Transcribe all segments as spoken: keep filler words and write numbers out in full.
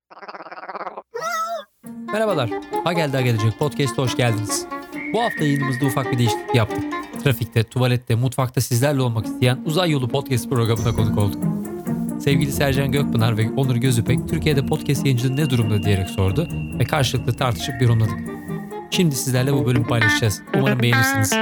Merhabalar, Ha Geldi Ha Gelecek Podcast'a hoş geldiniz. Bu hafta yayınımızda ufak bir değişiklik yaptık. Trafikte, tuvalette, mutfakta sizlerle olmak isteyen Uzay Yolu Podcast programına konuk olduk. Sevgili Sercan Gökpınar ve Onur Gözüpek, Türkiye'de podcast yayıncılığı ne durumda diyerek sordu ve karşılıklı tartışıp yorumladık. Şimdi sizlerle bu bölümü paylaşacağız. Umarım beğenirsiniz.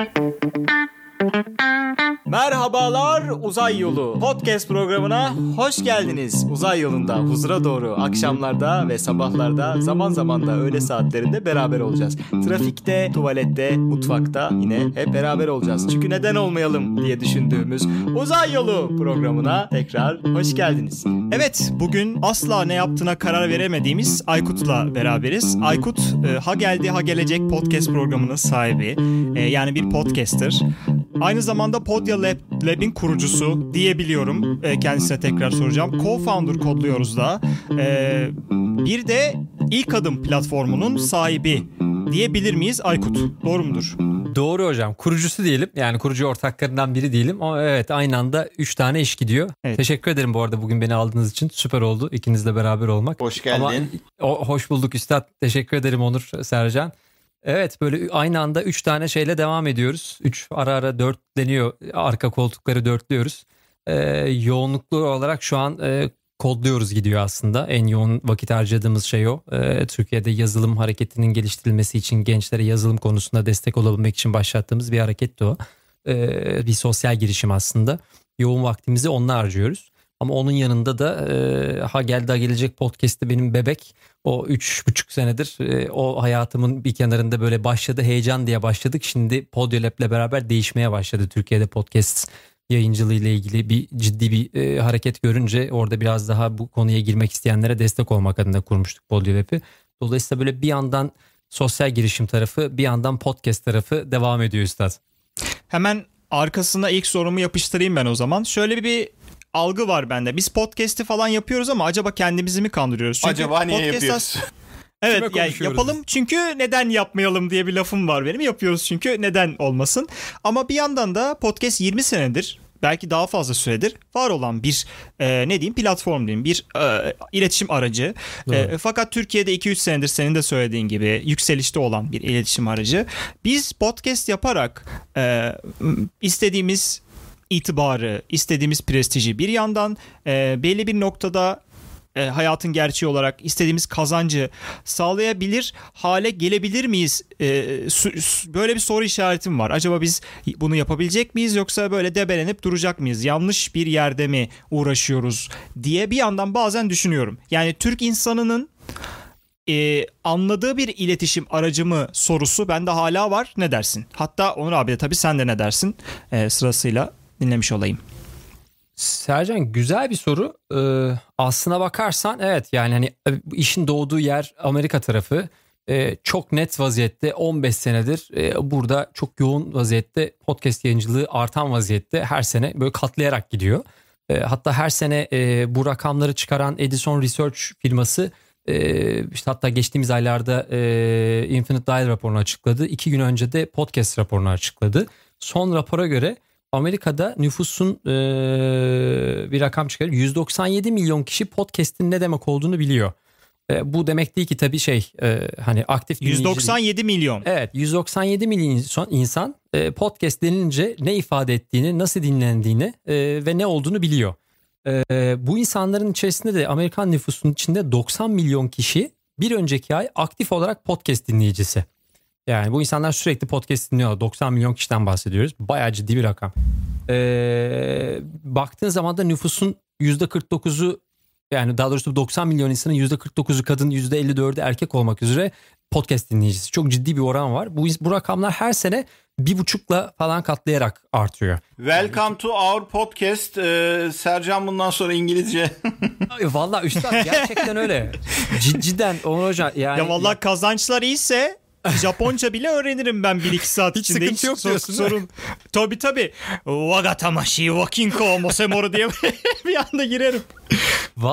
Merhabalar Uzay Yolu Podcast programına hoş geldiniz. Uzay yolunda huzura doğru akşamlarda ve sabahlarda, zaman zaman da öğle saatlerinde beraber olacağız. Trafikte, tuvalette, mutfakta yine hep beraber olacağız. Çünkü neden olmayalım diye düşündüğümüz Uzay Yolu programına tekrar hoş geldiniz. Evet, bugün asla ne yaptığına karar veremediğimiz Aykut'la beraberiz. Aykut, e, Ha Geldi Ha Gelecek Podcast programının sahibi. E, yani bir podcaster. Aynı zamanda Podya Lab, Lab'in kurucusu diyebiliyorum. E, kendisine tekrar soracağım. Co-founder kodluyoruz da. E, bir de İlk Adım platformunun sahibi diyebilir miyiz Aykut? Doğru mudur? Doğru hocam. Kurucusu diyelim. Yani kurucu ortaklarından biri diyelim. Ama evet, aynı anda üç tane iş gidiyor. Evet. Teşekkür ederim bu arada bugün beni aldığınız için. Süper oldu ikinizle beraber olmak. Hoş geldin. Ama, o, hoş bulduk üstad. Teşekkür ederim Onur, Sercan. Evet, böyle aynı anda üç tane şeyle devam ediyoruz. Üç ara ara dörtleniyor. Arka koltukları dörtlüyoruz. Ee, yoğunluklu olarak şu an e, kodluyoruz gidiyor aslında. En yoğun vakit harcadığımız şey o. Ee, Türkiye'de yazılım hareketinin geliştirilmesi için gençlere yazılım konusunda destek olabilmek için başlattığımız bir hareketti o. Ee, bir sosyal girişim aslında. Yoğun vaktimizi onunla harcıyoruz. Ama onun yanında da e, Ha Geldi Ha Gelecek Podcast'te benim bebek. O üç buçuk senedir e, o hayatımın bir kenarında böyle başladı. Heyecan diye başladık. Şimdi Podya Lab'le beraber değişmeye başladı. Türkiye'de podcast yayıncılığı ile ilgili bir ciddi bir e, hareket görünce orada biraz daha bu konuya girmek isteyenlere destek olmak adına kurmuştuk Podya Lab'i. Dolayısıyla böyle bir yandan sosyal girişim tarafı, bir yandan podcast tarafı devam ediyor üstad. Hemen arkasına ilk sorumu yapıştırayım ben o zaman. Şöyle bir algı var bende. Biz podcast'i falan yapıyoruz ama acaba kendimizi mi kandırıyoruz? Çünkü acaba niye yapıyoruz? As- evet, yani yapalım çünkü neden yapmayalım diye bir lafım var benim. Yapıyoruz çünkü neden olmasın. Ama bir yandan da podcast yirmi senedir, belki daha fazla süredir var olan bir e, ne diyeyim platform diyeyim, bir e, iletişim aracı. E, fakat Türkiye'de iki üç senedir senin de söylediğin gibi yükselişte olan bir iletişim aracı. Biz podcast yaparak e, istediğimiz itibarı, istediğimiz prestiji bir yandan e, belli bir noktada e, hayatın gerçeği olarak istediğimiz kazancı sağlayabilir hale gelebilir miyiz? E, su, su, böyle bir soru işaretim var. Acaba biz bunu yapabilecek miyiz yoksa böyle debelenip duracak mıyız? Yanlış bir yerde mi uğraşıyoruz diye bir yandan bazen düşünüyorum. Yani Türk insanının e, anladığı bir iletişim aracı mı sorusu bende hala var. Ne dersin? Hatta Onur abi de tabii sen de ne dersin? E, sırasıyla dinlemiş olayım. Sercan, güzel bir soru. Ee, aslına bakarsan evet, yani hani işin doğduğu yer Amerika tarafı. Ee, çok net vaziyette on beş senedir e, burada çok yoğun vaziyette podcast yayıncılığı artan vaziyette her sene böyle katlayarak gidiyor. E, hatta her sene e, bu rakamları çıkaran Edison Research firması e, işte hatta geçtiğimiz aylarda e, Infinite Dial raporunu açıkladı. İki gün önce de podcast raporunu açıkladı. Son rapora göre Amerika'da nüfusun e, bir rakam çıkarıyor. yüz doksan yedi milyon kişi podcast'in ne demek olduğunu biliyor. E, bu demek değil ki tabii şey e, hani aktif yüz doksan yedi milyon. Evet, yüz doksan yedi milyon insan, insan e, podcast denilince ne ifade ettiğini, nasıl dinlendiğini e, ve ne olduğunu biliyor. E, bu insanların içerisinde de Amerikan nüfusunun içinde doksan milyon kişi bir önceki ay aktif olarak podcast dinleyicisi. Yani bu insanlar sürekli podcast dinliyorlar. doksan milyon kişiden bahsediyoruz. Bayağı ciddi bir rakam. Ee, baktığın zaman da nüfusun yüzde kırk dokuzu, yani daha doğrusu doksan milyon insanın yüzde kırk dokuzu kadın, yüzde elli dördü erkek olmak üzere podcast dinleyicisi. Çok ciddi bir oran var. Bu, bu rakamlar her sene bir buçukla falan katlayarak artıyor. Welcome to our podcast. Ee, Sercan bundan sonra İngilizce. Vallahi üstad gerçekten öyle. Cid, cidden Onur Hoca yani. Ya vallahi kazançlar iyiyse Japonca bile öğrenirim ben bir iki saat hiç içinde. Hiç sıkıntı yok diyorsun. Sorun. Tabii tabii. Wagatamashi wakinko mosemoru diye bir anda girerim. Valla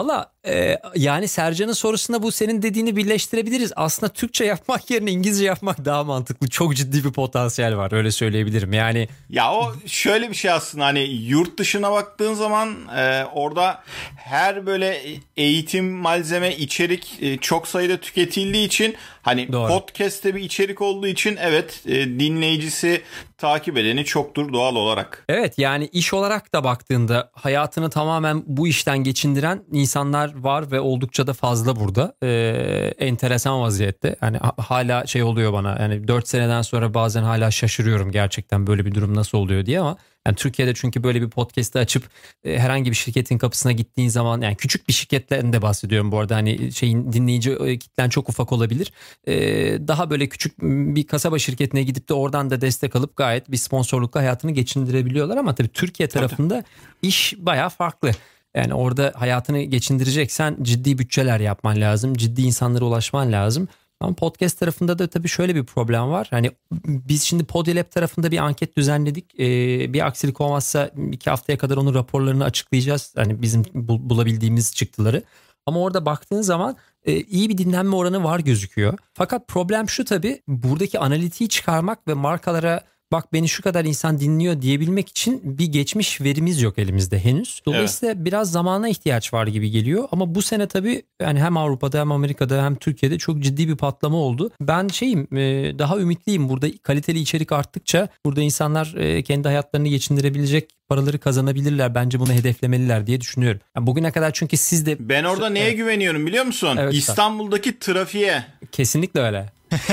Ee, yani Sercan'ın sorusunda bu senin dediğini birleştirebiliriz. Aslında Türkçe yapmak yerine İngilizce yapmak daha mantıklı. Çok ciddi bir potansiyel var, öyle söyleyebilirim. Yani ya o şöyle bir şey aslında, hani yurt dışına baktığın zaman e, orada her böyle eğitim, malzeme, içerik e, çok sayıda tüketildiği için hani Doğru. podcast'te bir içerik olduğu için evet e, dinleyicisi, takip edeni çoktur doğal olarak. Evet, yani iş olarak da baktığında hayatını tamamen bu işten geçindiren insanlar var ve oldukça da fazla burada. Ee, enteresan vaziyette. Yani hala şey oluyor bana, yani dört seneden sonra bazen hala şaşırıyorum gerçekten böyle bir durum nasıl oluyor diye, ama yani Türkiye'de çünkü böyle bir podcast'ı açıp e, herhangi bir şirketin kapısına gittiğin zaman, yani küçük bir şirketten de bahsediyorum bu arada, hani şeyin dinleyici e, kitlen çok ufak olabilir. E, daha böyle küçük bir kasaba şirketine gidip de oradan da destek alıp gayet bir sponsorlukla hayatını geçindirebiliyorlar, ama tabii Türkiye tarafında iş bayağı farklı. Yani orada hayatını geçindireceksen ciddi bütçeler yapman lazım, ciddi insanlara ulaşman lazım. Ama podcast tarafında da tabii şöyle bir problem var. Hani biz şimdi Podialab tarafında bir anket düzenledik. Ee, bir aksilik olmazsa iki haftaya kadar onun raporlarını açıklayacağız. Hani bizim bulabildiğimiz çıktıları. Ama orada baktığın zaman e, iyi bir dinlenme oranı var gözüküyor. Fakat problem şu tabii, buradaki analitiği çıkarmak ve markalara bak beni şu kadar insan dinliyor diyebilmek için bir geçmiş verimiz yok elimizde henüz. Dolayısıyla evet. biraz zamana ihtiyaç var gibi geliyor. Ama bu sene tabii yani hem Avrupa'da hem Amerika'da hem Türkiye'de çok ciddi bir patlama oldu. Ben şeyim, daha ümitliyim. Burada kaliteli içerik arttıkça burada insanlar kendi hayatlarını geçindirebilecek paraları kazanabilirler. Bence bunu hedeflemeliler diye düşünüyorum. Yani bugüne kadar çünkü siz de... Ben orada neye evet. güveniyorum biliyor musun? Evet, İstanbul'daki trafiğe. Kesinlikle öyle.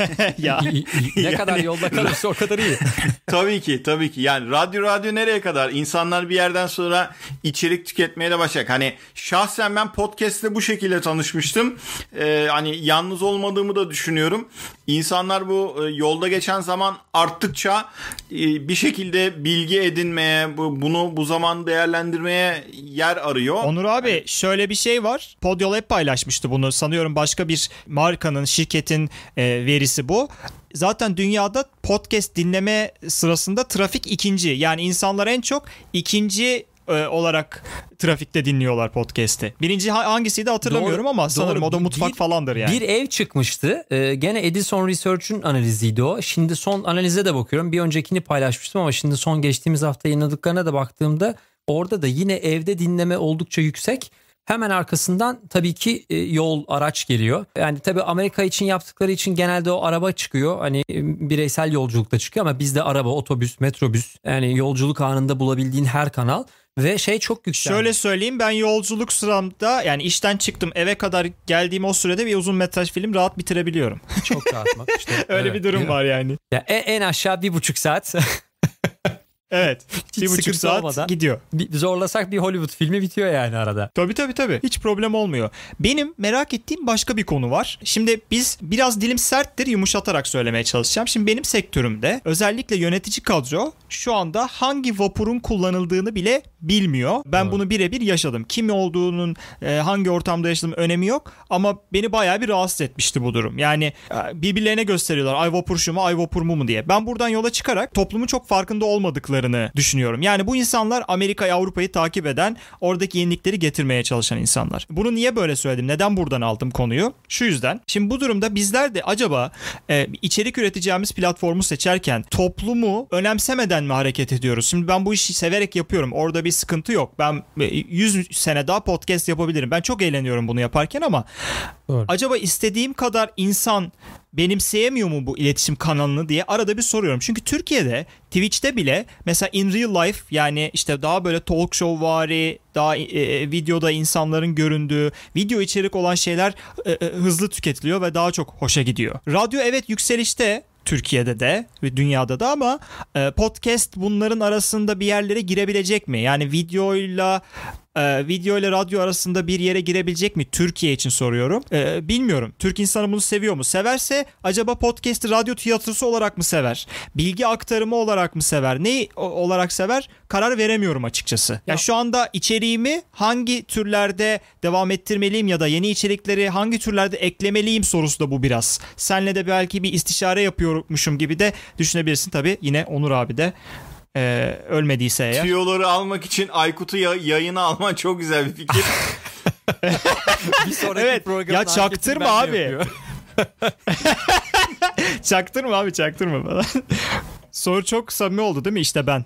ya ne yani, kadar yolda kalırsa o kadar iyi. Tabii ki, tabii ki. Yani radyo radyo nereye kadar? İnsanlar bir yerden sonra içerik tüketmeye de başlayacak. Hani şahsen ben podcast'te bu şekilde tanışmıştım. Ee, hani yalnız olmadığımı da düşünüyorum. İnsanlar bu e, yolda geçen zaman arttıkça e, bir şekilde bilgi edinmeye, bu, bunu bu zaman değerlendirmeye yer arıyor. Onur abi yani, şöyle bir şey var. Podialab paylaşmıştı bunu. Sanıyorum başka bir markanın, şirketin e, verisi bu. Zaten dünyada podcast dinleme sırasında trafik ikinci. Yani insanlar en çok ikinci e, olarak trafikte dinliyorlar podcast'i. Birinci hangisiydi hatırlamıyorum, doğru, ama sanırım doğru. O da mutfak bir, falandır yani. Bir ev çıkmıştı. Ee, gene Edison Research'ün analiziydi o. Şimdi son analize de bakıyorum. Bir öncekini paylaşmıştım ama şimdi son geçtiğimiz hafta yayınladıklarına da baktığımda orada da yine evde dinleme oldukça yüksek. Hemen arkasından tabii ki yol, araç geliyor. Yani tabii Amerika için yaptıkları için genelde o araba çıkıyor. Hani bireysel yolculukta çıkıyor ama bizde araba, otobüs, metrobüs, yani yolculuk anında bulabildiğin her kanal ve şey çok yüksek. Şöyle söyleyeyim, ben yolculuk sıramda, yani işten çıktım eve kadar geldiğim o sürede bir uzun metraj film rahat bitirebiliyorum. Çok rahat bak işte. Öyle evet, bir durum var yani. Ya en aşağı bir buçuk saat. Evet. Hiç bir buçuk saat olmadan gidiyor. Bir zorlasak bir Hollywood filmi bitiyor yani arada. Tabii tabii tabii. Hiç problem olmuyor. Benim merak ettiğim başka bir konu var. Şimdi biz biraz dilim serttir, yumuşatarak söylemeye çalışacağım. Şimdi benim sektörümde özellikle yönetici kadro şu anda hangi vapurun kullanıldığını bile bilmiyor. Ben evet. bunu birebir yaşadım. Kim olduğunun, hangi ortamda yaşadığım önemi yok. Ama beni bayağı bir rahatsız etmişti bu durum. Yani birbirlerine gösteriyorlar. Ay vapur şu mu, ay vapur mu mu diye. Ben buradan yola çıkarak toplumun çok farkında olmadıkları düşünüyorum. Yani bu insanlar Amerika'yı, Avrupa'yı takip eden, oradaki yenilikleri getirmeye çalışan insanlar. Bunu niye böyle söyledim? Neden buradan aldım konuyu? Şu yüzden. Şimdi bu durumda bizler de acaba e, içerik üreteceğimiz platformu seçerken toplumu önemsemeden mi hareket ediyoruz? Şimdi ben bu işi severek yapıyorum. Orada bir sıkıntı yok. Ben yüz sene daha podcast yapabilirim. Ben çok eğleniyorum bunu yaparken ama doğru. Acaba istediğim kadar insan benimseyemiyor mu bu iletişim kanalını diye arada bir soruyorum. Çünkü Türkiye'de Twitch'te bile mesela in real life, yani işte daha böyle talk show vari, daha e, videoda insanların göründüğü video içerik olan şeyler e, e, hızlı tüketiliyor ve daha çok hoşa gidiyor. Radyo evet yükselişte Türkiye'de de ve dünyada da, ama e, podcast bunların arasında bir yerlere girebilecek mi? Yani videoyla e, video ile radyo arasında bir yere girebilecek mi? Türkiye için soruyorum. E, bilmiyorum. Türk insanı bunu seviyor mu? Severse acaba podcast'i radyo tiyatrosu olarak mı sever? Bilgi aktarımı olarak mı sever? Ne olarak sever? Karar veremiyorum açıkçası. Ya yani şu anda içeriğimi hangi türlerde devam ettirmeliyim ya da yeni içerikleri hangi türlerde eklemeliyim sorusu da bu biraz. Senle de belki bir istişare yapıyormuşum gibi de düşünebilirsin tabii. Yine Onur abi de Ee, ölmediyse eğer. Tüyoları almak için Aykut'u ya- yayına alman çok güzel bir fikir. Bir sonraki evet. programın Ya çaktırma abi. çaktırma abi çaktırma falan. Soru çok samimi oldu değil mi? İşte ben.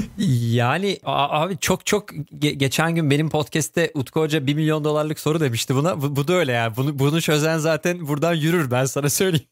Yani abi çok çok ge- geçen gün benim podcast'te Utku Hoca bir milyon dolarlık soru demişti buna. Bu, bu da öyle yani. Bunu, bunu çözen zaten buradan yürür, ben sana söyleyeyim.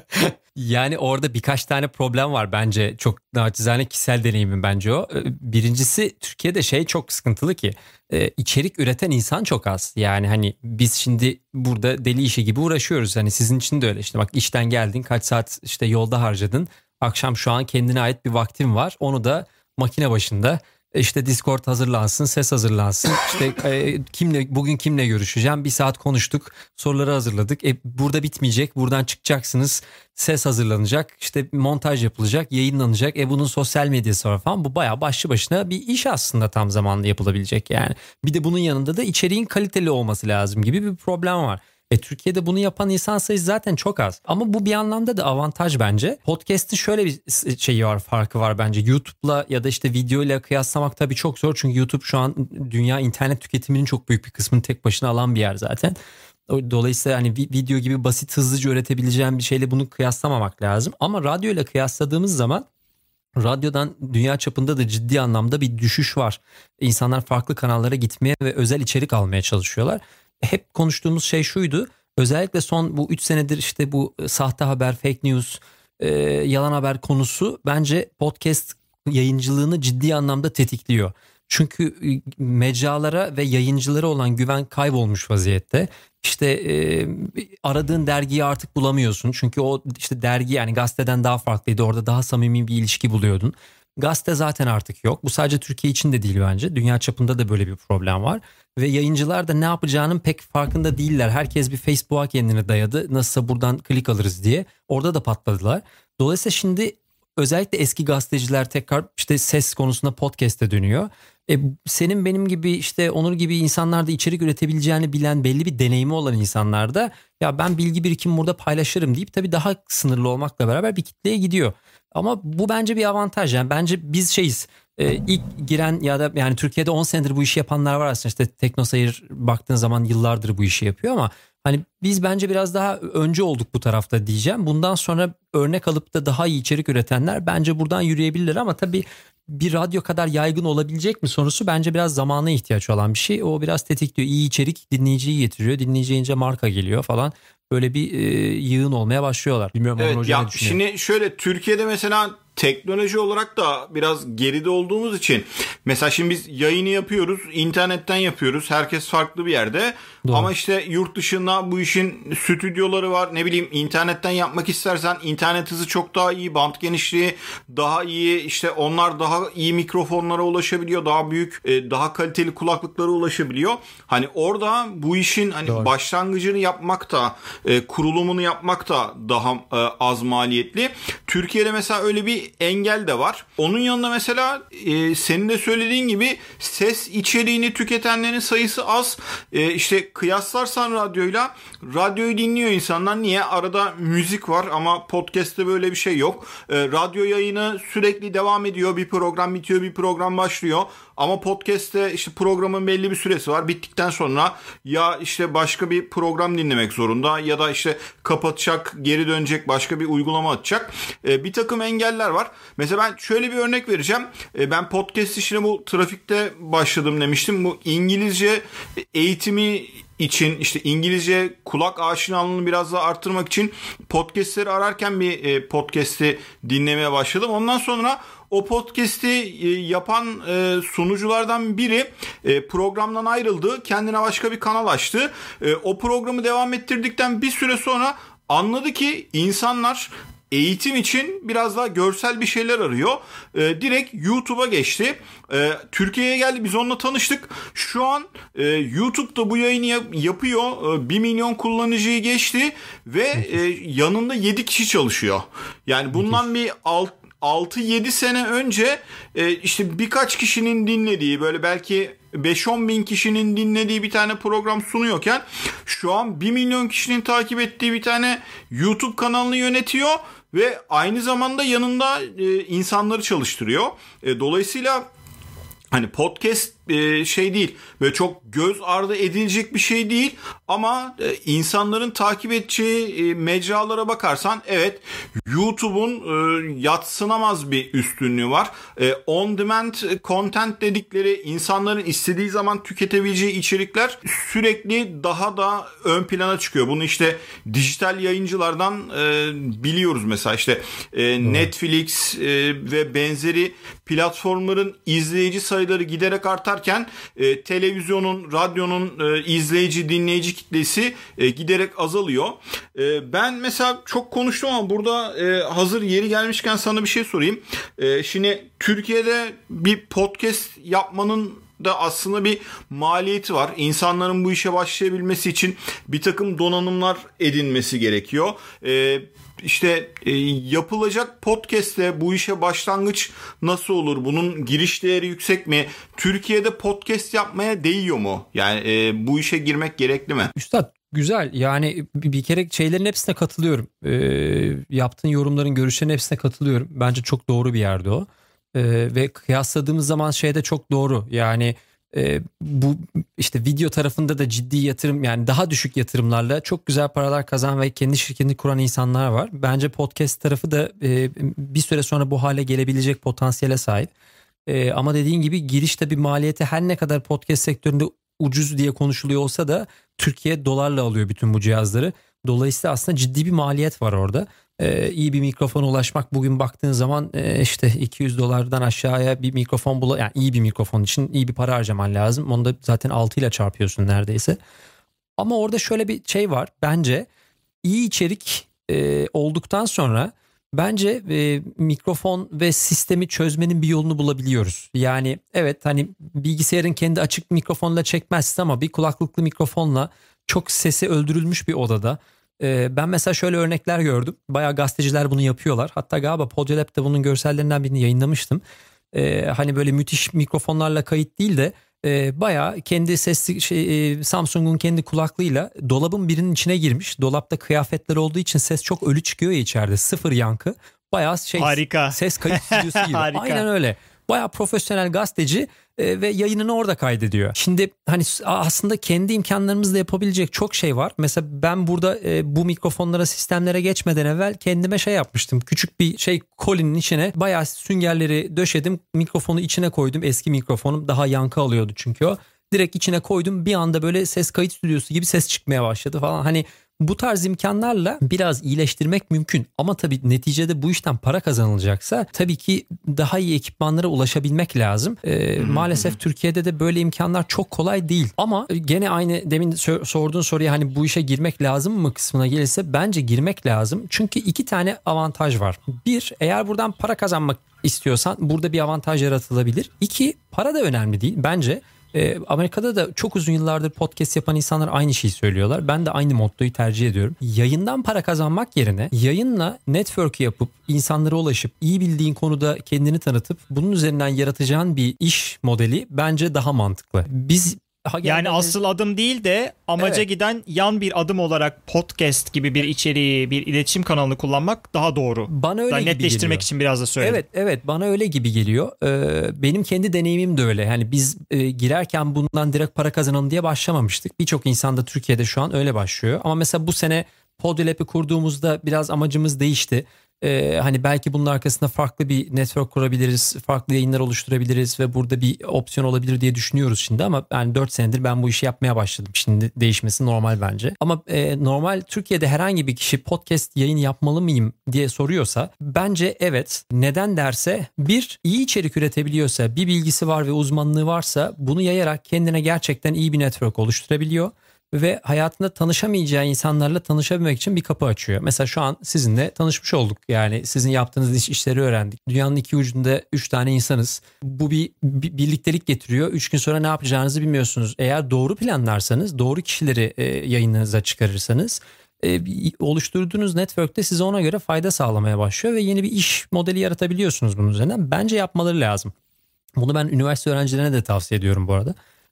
Yani orada birkaç tane problem var bence. Çok naçizane kişisel deneyimim bence o. Birincisi, Türkiye'de şey çok sıkıntılı ki içerik üreten insan çok az. Yani hani biz şimdi burada deli işi gibi uğraşıyoruz. Hani sizin için de öyle işte, bak işten geldin, kaç saat işte yolda harcadın. Akşam şu an kendine ait bir vaktin var. Onu da makine başında işte Discord hazırlansın, ses hazırlansın. İşte e, kimle bugün kimle görüşeceğim? Bir saat konuştuk, soruları hazırladık. E, burada bitmeyecek. Buradan çıkacaksınız. Ses hazırlanacak, işte montaj yapılacak, yayınlanacak. E bunun sosyal medyası var falan. Bu bayağı başlı başına bir iş aslında, tam zamanlı yapılabilecek yani. Bir de bunun yanında da içeriğin kaliteli olması lazım gibi bir problem var. E Türkiye'de bunu yapan insan sayısı zaten çok az. Ama bu bir anlamda da avantaj bence. Podcast'in şöyle bir şeyi var, farkı var bence. YouTube'la ya da işte videoyla kıyaslamak tabii çok zor. Çünkü YouTube şu an dünya internet tüketiminin çok büyük bir kısmını tek başına alan bir yer zaten. Dolayısıyla hani video gibi basit, hızlıca üretebileceğim bir şeyle bunu kıyaslamamak lazım. Ama radyoyla kıyasladığımız zaman radyodan dünya çapında da ciddi anlamda bir düşüş var. İnsanlar farklı kanallara gitmeye ve özel içerik almaya çalışıyorlar. Hep konuştuğumuz şey şuydu. Özellikle son bu üç senedir işte bu sahte haber, fake news, e, yalan haber konusu bence podcast yayıncılığını ciddi anlamda tetikliyor. Çünkü mecralara ve yayıncılara olan güven kaybolmuş vaziyette. İşte e, aradığın dergiyi artık bulamıyorsun. Çünkü o işte dergi, yani gazeteden daha farklıydı. Orada daha samimi bir ilişki buluyordun. Gazete zaten artık yok. Bu sadece Türkiye için de değil bence. Dünya çapında da böyle bir problem var. Ve yayıncılar da ne yapacağının pek farkında değiller. Herkes bir Facebook'a kendini dayadı. Nasılsa buradan klik alırız diye. Orada da patladılar. Dolayısıyla şimdi özellikle eski gazeteciler tekrar işte ses konusunda podcast'e dönüyor. E, senin benim gibi işte Onur gibi insanlar da içerik üretebileceğini bilen, belli bir deneyimi olan insanlar da ya ben bilgi birikimi burada paylaşırım deyip tabii daha sınırlı olmakla beraber bir kitleye gidiyor. Ama bu bence bir avantaj. Yani bence biz şeyiz. Ee, ilk giren ya da yani Türkiye'de on senedir bu işi yapanlar var aslında. İşte TeknoSeyir baktığın zaman yıllardır bu işi yapıyor ama hani biz bence biraz daha önce olduk bu tarafta diyeceğim. Bundan sonra örnek alıp da daha iyi içerik üretenler bence buradan yürüyebilirler ama tabii bir radyo kadar yaygın olabilecek mi sorusu bence biraz zamana ihtiyaç olan bir şey. O biraz tetikliyor. İyi içerik dinleyiciyi getiriyor. Dinleyici ince marka geliyor falan. Böyle bir e, yığın olmaya başlıyorlar. Bilmiyorum evet, hocam ya ne düşünüyor? Şimdi şöyle, Türkiye'de mesela teknoloji olarak da biraz geride olduğumuz için mesela şimdi biz yayını yapıyoruz, internetten yapıyoruz, herkes farklı bir yerde. Doğru. Ama işte yurt dışında bu işin stüdyoları var, ne bileyim internetten yapmak istersen internet hızı çok daha iyi, bant genişliği daha iyi, işte onlar daha iyi mikrofonlara ulaşabiliyor, daha büyük, daha kaliteli kulaklıklara ulaşabiliyor. Hani orada bu işin hani Doğru. başlangıcını yapmak da kurulumunu yapmak da daha az maliyetli. Türkiye'de mesela öyle bir engel de var. Onun yanında mesela e, senin de söylediğin gibi ses içeriğini tüketenlerin sayısı az. E, işte kıyaslarsan radyoyla, radyoyu dinliyor insanlar. Niye? Arada müzik var ama podcast'te böyle bir şey yok. E, radyo yayını sürekli devam ediyor. Bir program bitiyor, bir program başlıyor. Ama podcast'te işte programın belli bir süresi var. Bittikten sonra ya işte başka bir program dinlemek zorunda ya da işte kapatacak, geri dönecek, başka bir uygulama açacak. Ee, bir takım engeller var. Mesela ben şöyle bir örnek vereceğim. Ee, ben podcast işine bu trafikte başladım demiştim. Bu İngilizce eğitimi için, işte İngilizce kulak aşinalığını biraz daha arttırmak için podcastleri ararken bir e, podcast'i dinlemeye başladım. Ondan sonra o podcast'i e, yapan e, sunuculardan biri e, programdan ayrıldı. Kendine başka bir kanal açtı. E, o programı devam ettirdikten bir süre sonra anladı ki insanlar eğitim için biraz daha görsel bir şeyler arıyor. Ee, direkt YouTube'a geçti. Ee, Türkiye'ye geldi. Biz onunla tanıştık. Şu an e, YouTube'da bu yayını yap- yapıyor. Ee, bir milyon kullanıcıyı geçti ve e, yanında yedi kişi çalışıyor. Yani bundan bir alt altı yedi sene önce e, işte birkaç kişinin dinlediği, böyle belki beş on bin kişinin dinlediği bir tane program sunuyorken şu an bir milyon kişinin takip ettiği bir tane YouTube kanalını yönetiyor ve aynı zamanda yanında e, insanları çalıştırıyor. E, dolayısıyla hani podcast e, şey değil. Böyle çok göz ardı edilecek bir şey değil. Ama e, insanların takip edeceği e, mecralara bakarsan evet, YouTube'un e, yadsınamaz bir üstünlüğü var. E, on demand content dedikleri, insanların istediği zaman tüketebileceği içerikler sürekli daha da ön plana çıkıyor. Bunu işte dijital yayıncılardan e, biliyoruz mesela. İşte e, hmm. Netflix e, ve benzeri platformların izleyici sayıları giderek artarken e, televizyonun, radyonun e, izleyici, dinleyici kitlesi e, giderek azalıyor. E, ben mesela çok konuştum ama burada e, hazır yeri gelmişken sana bir şey sorayım. E, şimdi Türkiye'de bir podcast yapmanın da aslında bir maliyeti var. İnsanların bu işe başlayabilmesi için bir takım donanımlar edinmesi gerekiyor. Ee, işte e, yapılacak podcast'te bu işe başlangıç nasıl olur? Bunun giriş değeri yüksek mi? Türkiye'de podcast yapmaya değiyor mu? Yani e, bu işe girmek gerekli mi? Üstad, güzel. Yani bir kere şeylerin hepsine katılıyorum. Ee, yaptığın yorumların, görüşlerin hepsine katılıyorum. Bence çok doğru bir yerde o. Ee, ve kıyasladığımız zaman şey de çok doğru. Yani e, bu işte video tarafında da ciddi yatırım, yani daha düşük yatırımlarla çok güzel paralar kazanan ve kendi şirketini kuran insanlar var. Bence podcast tarafı da e, bir süre sonra bu hale gelebilecek potansiyele sahip. E, ama dediğin gibi girişte bir maliyeti, her ne kadar podcast sektöründe ucuz diye konuşuluyor olsa da Türkiye dolarla alıyor bütün bu cihazları. Dolayısıyla aslında ciddi bir maliyet var orada. Ee, iyi bir mikrofona ulaşmak, bugün baktığın zaman e, işte iki yüz dolardan aşağıya bir mikrofon bul, yani iyi bir mikrofon için iyi bir para harcaman lazım. Onu da zaten altı ile çarpıyorsun neredeyse. Ama orada şöyle bir şey var. Bence iyi içerik e, olduktan sonra bence e, mikrofon ve sistemi çözmenin bir yolunu bulabiliyoruz. Yani evet, hani bilgisayarın kendi açık mikrofonla çekmezsin ama bir kulaklıklı mikrofonla çok sesi öldürülmüş bir odada. Ben mesela şöyle örnekler gördüm. Bayağı gazeteciler bunu yapıyorlar. Hatta galiba Podyolab'da bunun görsellerinden birini yayınlamıştım. Ee, hani böyle müthiş mikrofonlarla kayıt değil de e, bayağı kendi sesli şey, e, Samsung'un kendi kulaklığıyla dolabın birinin içine girmiş. Dolapta kıyafetler olduğu için ses çok ölü çıkıyor ya içeride. Sıfır yankı. Bayağı şey, harika. Ses kayıt stüdyosu gibi. Aynen öyle. Bayağı profesyonel gazeteci e, ve yayınını orada kaydediyor. Şimdi hani aslında kendi imkanlarımızla yapabilecek çok şey var. Mesela ben burada e, bu mikrofonlara, sistemlere geçmeden evvel kendime şey yapmıştım. Küçük bir şey kolinin içine bayağı süngerleri döşedim. Mikrofonu içine koydum. Eski mikrofonum daha yankı alıyordu çünkü o. Direkt içine koydum. Bir anda böyle ses kayıt stüdyosu gibi ses çıkmaya başladı falan. Hani bu tarz imkanlarla biraz iyileştirmek mümkün. Ama tabii neticede bu işten para kazanılacaksa tabii ki daha iyi ekipmanlara ulaşabilmek lazım. Ee, maalesef Türkiye'de de böyle imkanlar çok kolay değil. Ama gene aynı demin sorduğun soruya, hani bu işe girmek lazım mı kısmına gelirse, bence girmek lazım. Çünkü iki tane avantaj var. Bir, eğer buradan para kazanmak istiyorsan burada bir avantaj yaratılabilir. İki, para da önemli değil bence. Amerika'da da çok uzun yıllardır podcast yapan insanlar aynı şeyi söylüyorlar. Ben de aynı mottoyu tercih ediyorum. Yayından para kazanmak yerine yayınla network yapıp insanlara ulaşıp iyi bildiğin konuda kendini tanıtıp bunun üzerinden yaratacağın bir iş modeli bence daha mantıklı. Biz Yani asıl adım değil de amaca evet. giden yan bir adım olarak podcast gibi bir içeriği, bir iletişim kanalını kullanmak daha doğru. Bana öyle daha gibi netleştirmek geliyor. için biraz da söyledim. Evet evet bana öyle gibi geliyor. Ee, benim kendi deneyimim de öyle. Yani biz e, girerken bundan direkt para kazanalım diye başlamamıştık. Birçok insan da Türkiye'de şu an öyle başlıyor. Ama mesela bu sene Podyolab'i kurduğumuzda biraz amacımız değişti. Ee, hani belki bunun arkasında farklı bir network kurabiliriz, farklı yayınlar oluşturabiliriz ve burada bir opsiyon olabilir diye düşünüyoruz şimdi. Ama yani dört senedir ben bu işi yapmaya başladım. Şimdi değişmesi normal bence. Ama e, normal Türkiye'de herhangi bir kişi podcast yayın yapmalı mıyım diye soruyorsa bence evet. Neden derse, bir, iyi içerik üretebiliyorsa, bir bilgisi var ve uzmanlığı varsa bunu yayarak kendine gerçekten iyi bir network oluşturabiliyor. Ve hayatında tanışamayacağı insanlarla tanışabilmek için bir kapı açıyor. Mesela şu an sizinle tanışmış olduk. Yani sizin yaptığınız iş, işleri öğrendik. Dünyanın iki ucunda üç tane insanız. Bu bir, bir birliktelik getiriyor. Üç gün sonra ne yapacağınızı bilmiyorsunuz. Eğer doğru planlarsanız, doğru kişileri e, yayınınıza çıkarırsanız e, oluşturduğunuz network'te size ona göre fayda sağlamaya başlıyor ve yeni bir iş modeli yaratabiliyorsunuz bunun üzerinden. Bence yapmaları lazım. Bunu ben üniversite öğrencilerine de tavsiye ediyorum bu arada.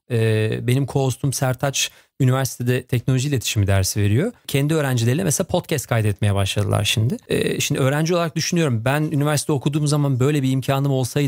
Benim co-hostum Sertaç üniversitede teknoloji iletişimi dersi veriyor. Kendi öğrencileriyle mesela podcast kaydetmeye başladılar şimdi. Şimdi öğrenci olarak düşünüyorum, ben üniversite okuduğum zaman böyle bir imkanım olsaydı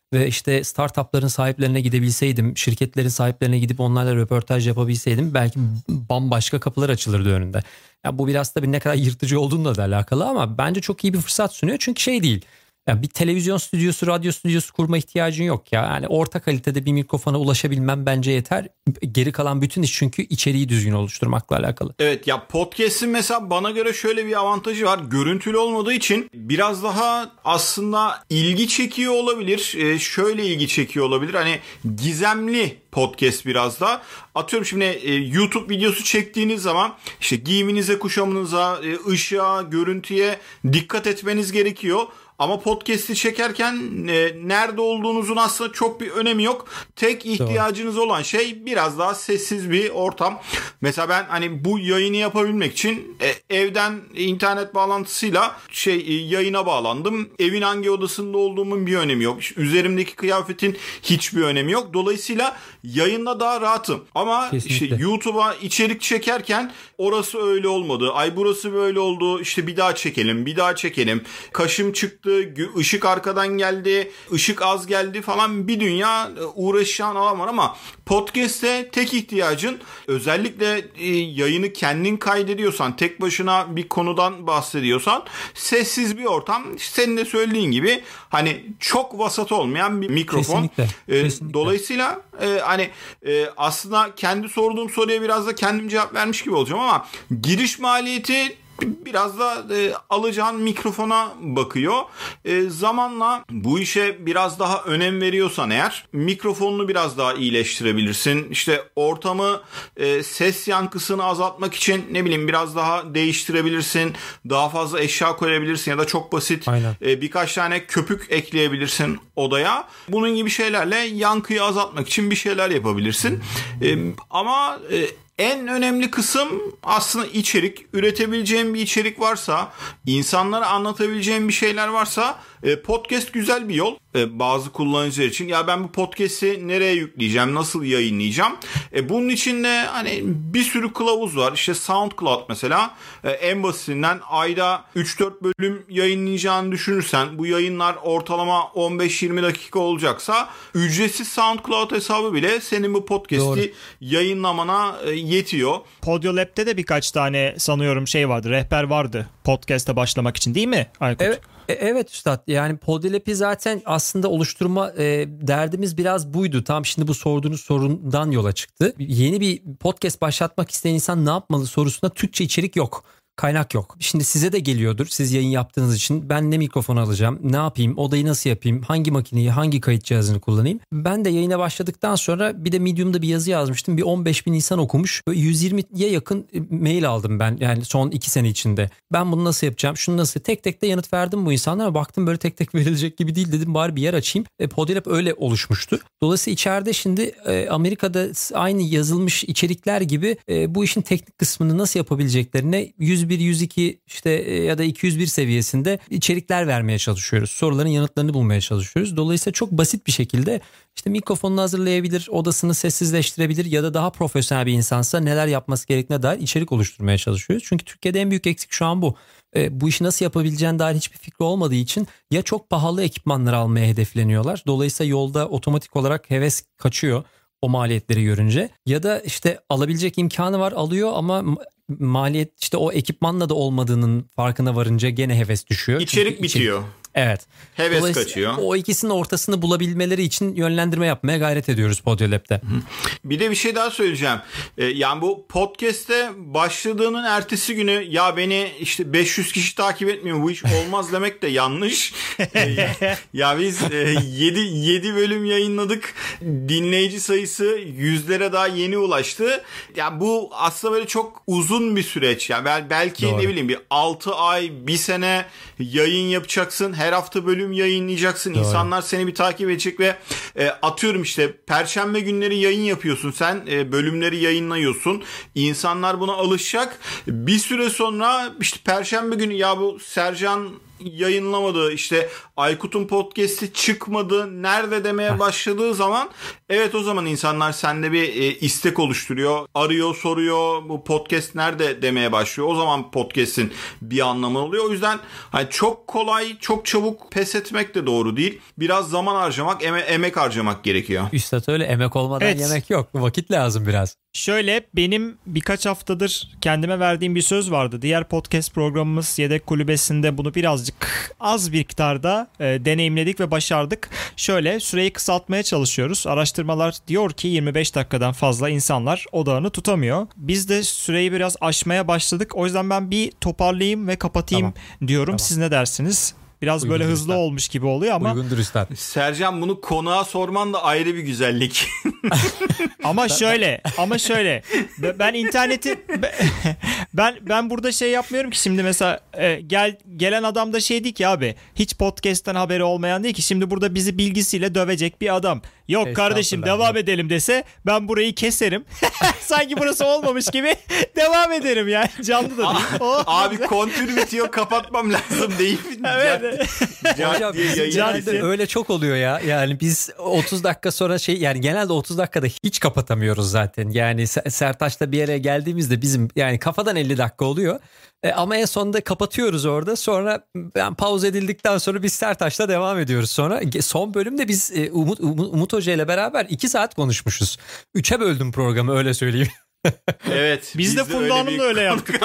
ve işte startupların sahiplerine gidebilseydim, şirketlerin sahiplerine gidip onlarla röportaj yapabilseydim belki bambaşka kapılar açılırdı önünde. Ya bu biraz tabii ne kadar yırtıcı olduğunla da alakalı ama bence çok iyi bir fırsat sunuyor. Çünkü şey değil. Ya bir televizyon stüdyosu, radyo stüdyosu kurma ihtiyacın yok ya. Yani orta kalitede bir mikrofona ulaşabilmem bence yeter. Geri kalan bütün iş çünkü içeriği düzgün oluşturmakla alakalı. Evet ya, podcast'in mesela bana göre şöyle bir avantajı var. Görüntülü olmadığı için biraz daha aslında ilgi çekiyor olabilir. Ee, şöyle ilgi çekiyor olabilir. Hani gizemli podcast biraz da. Atıyorum şimdi e, YouTube videosu çektiğiniz zaman işte giyiminize, kuşamınıza, e, ışığa, görüntüye dikkat etmeniz gerekiyor. Ama podcast'i çekerken e, nerede olduğunuzun aslında çok bir önemi yok. Tek ihtiyacınız olan şey biraz daha sessiz bir ortam. Mesela ben hani bu yayını yapabilmek için e, evden internet bağlantısıyla şey e, yayına bağlandım. Evin hangi odasında olduğumun bir önemi yok. Üzerimdeki kıyafetin hiçbir önemi yok. Dolayısıyla yayında daha rahatım. Ama Kesinlikle. işte YouTube'a içerik çekerken orası öyle olmadı. Ay burası böyle oldu. İşte bir daha çekelim, bir daha çekelim. Kaşım çıktı. Işık arkadan geldi, ışık az geldi falan, bir dünya uğraşacağın alan var ama podcast'te tek ihtiyacın, özellikle yayını kendin kaydediyorsan, tek başına bir konudan bahsediyorsan, sessiz bir ortam, senin de söylediğin gibi hani çok vasat olmayan bir mikrofon. Kesinlikle. Kesinlikle. Dolayısıyla hani aslında kendi sorduğum soruya biraz da kendim cevap vermiş gibi olacağım ama giriş maliyeti biraz da e, alacağın mikrofona bakıyor. E, zamanla bu işe biraz daha önem veriyorsan eğer mikrofonunu biraz daha iyileştirebilirsin. İşte ortamı, e, ses yankısını azaltmak için ne bileyim biraz daha değiştirebilirsin. Daha fazla eşya koyabilirsin ya da çok basit e, birkaç tane köpük ekleyebilirsin odaya. Bunun gibi şeylerle yankıyı azaltmak için bir şeyler yapabilirsin. E, ama e, en önemli kısım aslında içerik. Üretebileceğim bir içerik varsa, insanlara anlatabileceğim bir şeyler varsa podcast güzel bir yol bazı kullanıcılar için. Ya ben bu podcast'i nereye yükleyeceğim, nasıl yayınlayacağım? E bunun için de hani bir sürü kılavuz var. İşte SoundCloud mesela en basitinden ayda üç dört bölüm yayınlayacağını düşünürsen, bu yayınlar ortalama on beş yirmi dakika olacaksa ücretsiz SoundCloud hesabı bile senin bu podcast'i Doğru. yayınlamana yetiyor. Podyolab'de de birkaç tane sanıyorum şey vardı, rehber vardı podcast'e başlamak için, değil mi Aykut? Evet. Evet üstad, yani Podyolab'i zaten aslında oluşturma e, derdimiz biraz buydu. Tam şimdi bu sorduğunuz sorundan yola çıktı. Yeni bir podcast başlatmak isteyen insan ne yapmalı sorusuna Türkçe içerik yok. Kaynak yok. Şimdi size de geliyordur. Siz yayın yaptığınız için ben ne mikrofon alacağım, ne yapayım, odayı nasıl yapayım, hangi makineyi, hangi kayıt cihazını kullanayım. Ben de yayına başladıktan sonra bir de Medium'da bir yazı yazmıştım. Bir on beş bin insan okumuş. yüz yirmiye yakın mail aldım ben yani son iki sene içinde. Ben bunu nasıl yapacağım, şunu nasıl, tek tek de yanıt verdim bu insanlara. Baktım böyle tek tek verilecek gibi değil, dedim bari bir yer açayım. E, Podyolab öyle oluşmuştu. Dolayısıyla içeride şimdi e, Amerika'da aynı yazılmış içerikler gibi e, bu işin teknik kısmını nasıl yapabileceklerine yüz bir yüz iki işte ya da iki yüz bir seviyesinde içerikler vermeye çalışıyoruz. Soruların yanıtlarını bulmaya çalışıyoruz. Dolayısıyla çok basit bir şekilde işte mikrofonunu hazırlayabilir, odasını sessizleştirebilir ya da daha profesyonel bir insansa neler yapması gerektiğine dair içerik oluşturmaya çalışıyoruz. Çünkü Türkiye'de en büyük eksik şu an bu. E, bu işi nasıl yapabileceğine dair hiçbir fikri olmadığı için ya çok pahalı ekipmanlar almaya hedefleniyorlar. Dolayısıyla yolda otomatik olarak heves kaçıyor o maliyetleri görünce, ya da işte alabilecek imkanı var, alıyor ama maliyet işte o ekipmanla da olmadığının farkına varınca gene heves düşüyor. İçerik Çünkü bitiyor. Içerik, evet. Heves kaçıyor. O ikisinin ortasını bulabilmeleri için yönlendirme yapmaya gayret ediyoruz Podyolab'de. Bir de bir şey daha söyleyeceğim. Ee, yani bu podcast'te başladığının ertesi günü ya beni işte beş yüz kişi takip etmiyor, bu iş olmaz demek de yanlış. Ee, ya biz yedi bölüm yayınladık. Dinleyici sayısı yüzlere daha yeni ulaştı. Ya yani bu aslında böyle çok uzun bir süreç. Yani belki Doğru. ne bileyim bir altı ay, bir sene yayın yapacaksın. Her hafta bölüm yayınlayacaksın. Doğru. İnsanlar seni bir takip edecek ve e, atıyorum işte perşembe günleri yayın yapıyorsun. Sen e, bölümleri yayınlıyorsun. İnsanlar buna alışacak. Bir süre sonra işte perşembe günü ya bu Sercan yayınlamadı, işte Aykut'un podcast'i çıkmadı, nerede demeye başladığı zaman evet o zaman insanlar sende bir e, istek oluşturuyor. Arıyor, soruyor, bu podcast nerede demeye başlıyor. O zaman podcast'in bir anlamı oluyor. O yüzden hani çok kolay, çok çabuk pes etmek de doğru değil. Biraz zaman harcamak, eme- emek harcamak gerekiyor. Üstad öyle, emek olmadan evet. yemek yok. Vakit lazım biraz. Şöyle, benim birkaç haftadır kendime verdiğim bir söz vardı. Diğer podcast programımız Yedek Kulübesi'nde bunu birazcık az bir miktarda e, deneyimledik ve başardık. Şöyle, süreyi kısaltmaya çalışıyoruz. Araştırmalar diyor ki yirmi beş dakikadan fazla insanlar odağını tutamıyor. Biz de süreyi biraz aşmaya başladık. O yüzden ben bir toparlayayım ve kapatayım tamam. diyorum. Tamam. Siz ne dersiniz? Biraz Uygundur böyle hızlı üstad. olmuş gibi oluyor ama. Uygundur üstad. Sercan, bunu konuğa sorman da ayrı bir güzellik. ama şöyle, ama şöyle. Ben interneti ben ben burada şey yapmıyorum ki şimdi mesela gel gelen adam da şey değil ki abi. Hiç podcast'ten haberi olmayan değil ki. Şimdi burada bizi bilgisiyle dövecek bir adam. Yok kardeşim devam edelim dese ben burayı keserim. Sanki burası olmamış gibi devam ederim yani. Canlı da değil. Oh. Abi kontür bitiyor, kapatmam lazım deyip. Evet. Hocam genelde öyle çok oluyor ya. Yani biz otuz dakika sonra şey, yani genelde otuz dakikada hiç kapatamıyoruz zaten. Yani Sertaç'la bir yere geldiğimizde bizim yani kafadan elli dakika oluyor. E, ama en sonunda kapatıyoruz orada. Sonra ben pause edildikten sonra biz Sertaç'la devam ediyoruz. Sonra son bölümde biz e, Umut, Umut, Umut Hoca ile beraber iki saat konuşmuşuz. Üçe böldüm programı, öyle söyleyeyim. Evet. Biz, biz de Funda Hanım'la öyle yaptık.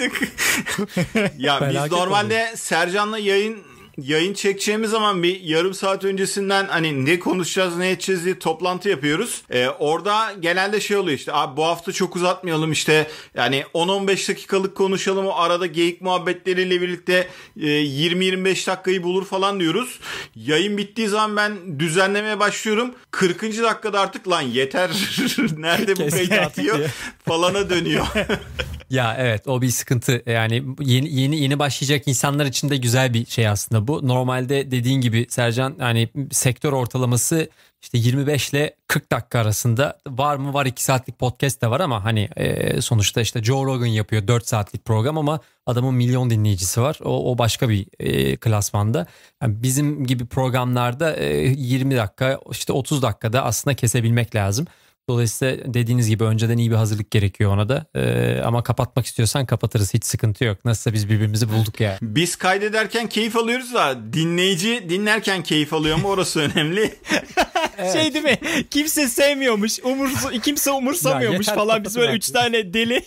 Ya biz normalde oluyor. Sercan'la yayın yayın çekeceğimiz zaman bir yarım saat öncesinden hani ne konuşacağız, ne edeceğiz diye toplantı yapıyoruz. Ee, orada genelde şey oluyor işte, abi bu hafta çok uzatmayalım, işte yani on on beş dakikalık konuşalım, o arada geyik muhabbetleriyle birlikte e, yirmi yirmi beş dakikayı bulur falan diyoruz. Yayın bittiği zaman ben düzenlemeye başlıyorum. kırkıncı dakikada artık lan yeter nerede bu kayıt atıyor falana dönüyor. Ya evet, o bir sıkıntı. Yani yeni yeni yeni başlayacak insanlar için de güzel bir şey aslında bu. Normalde dediğin gibi Sercan, hani sektör ortalaması işte yirmi beş ile kırk dakika arasında var mı? Var, iki saatlik podcast de var ama hani e, sonuçta işte Joe Rogan yapıyor dört saatlik program ama adamın milyon dinleyicisi var. O, o başka bir e, klasmanda. Yani bizim gibi programlarda e, yirmi dakika, işte otuz dakikada aslında kesebilmek lazım. Dolayısıyla dediğiniz gibi önceden iyi bir hazırlık gerekiyor ona da. Ee, ama kapatmak istiyorsan kapatırız, hiç sıkıntı yok. Nasılsa biz birbirimizi bulduk yani. Biz kaydederken keyif alıyoruz da dinleyici dinlerken keyif alıyor mu, orası önemli. Evet. Şey değil mi? Kimse sevmiyormuş, umursu, kimse umursamıyormuş ya falan. Biz böyle üç tane deli.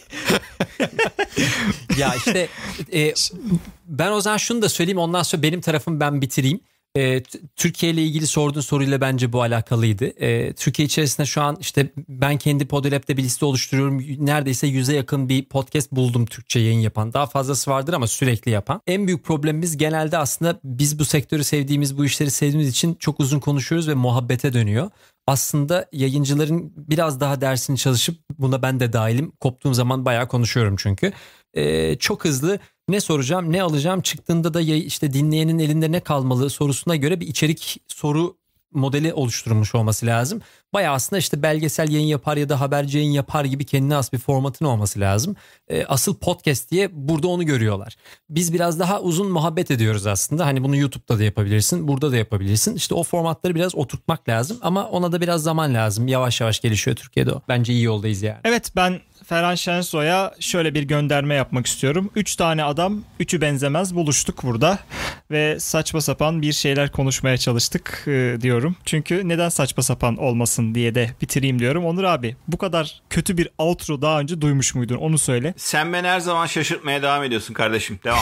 Ya işte e, ben o zaman şunu da söyleyeyim, ondan sonra benim tarafımı ben bitireyim. E, Türkiye ile ilgili sorduğun soruyla bence bu alakalıydı. E, Türkiye içerisinde şu an işte ben kendi Podolab'de bir liste oluşturuyorum. Neredeyse yüze yakın bir podcast buldum Türkçe yayın yapan. Daha fazlası vardır ama sürekli yapan. En büyük problemimiz genelde aslında biz bu sektörü sevdiğimiz, bu işleri sevdiğimiz için çok uzun konuşuyoruz ve muhabbete dönüyor. Aslında yayıncıların biraz daha dersini çalışıp, buna ben de dahilim, koptuğum zaman bayağı konuşuyorum çünkü. Ee, çok hızlı ne soracağım, ne alacağım, çıktığında da işte dinleyenin elinde ne kalmalı sorusuna göre bir içerik soru modeli oluşturulmuş olması lazım. Bayağı aslında işte belgesel yayın yapar ya da haberci yayın yapar gibi kendine has bir formatın olması lazım. E, asıl podcast diye burada onu görüyorlar. Biz biraz daha uzun muhabbet ediyoruz aslında. Hani bunu YouTube'da da yapabilirsin, burada da yapabilirsin. İşte o formatları biraz oturtmak lazım ama ona da biraz zaman lazım. Yavaş yavaş gelişiyor Türkiye'de o. Bence iyi yoldayız yani. Evet, ben Ferhan Şensoy'a şöyle bir gönderme yapmak istiyorum. Üç tane adam, üçü benzemez, buluştuk burada ve saçma sapan bir şeyler konuşmaya çalıştık e, diyorum. Çünkü neden saçma sapan olmasın diye de bitireyim diyorum. Onur abi, bu kadar kötü bir outro daha önce duymuş muydun? Onu söyle. Sen beni her zaman şaşırtmaya devam ediyorsun kardeşim. Devam.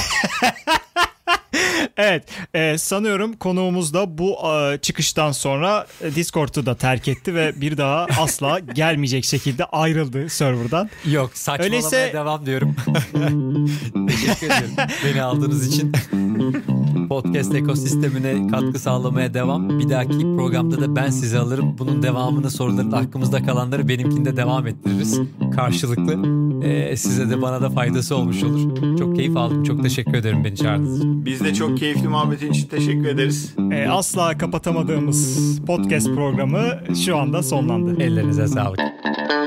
Evet, e, sanıyorum konuğumuz da bu e, çıkıştan sonra Discord'u da terk etti ve bir daha asla gelmeyecek şekilde ayrıldı serverdan. Yok, saçmalamaya Öyleyse... devam diyorum. Teşekkür ederim beni aldığınız için. Podcast ekosistemine katkı sağlamaya devam. Bir dahaki programda da ben sizi alırım. Bunun devamını, soruların aklımızda kalanları benimkinde devam ettiririz. Karşılıklı. Ee, size de bana da faydası olmuş olur. Çok keyif aldım. Çok teşekkür ederim beni çağırdığınız için. Biz de çok keyifli muhabbetin için teşekkür ederiz. Ee, asla kapatamadığımız podcast programı şu anda sonlandı. Ellerinize sağlık.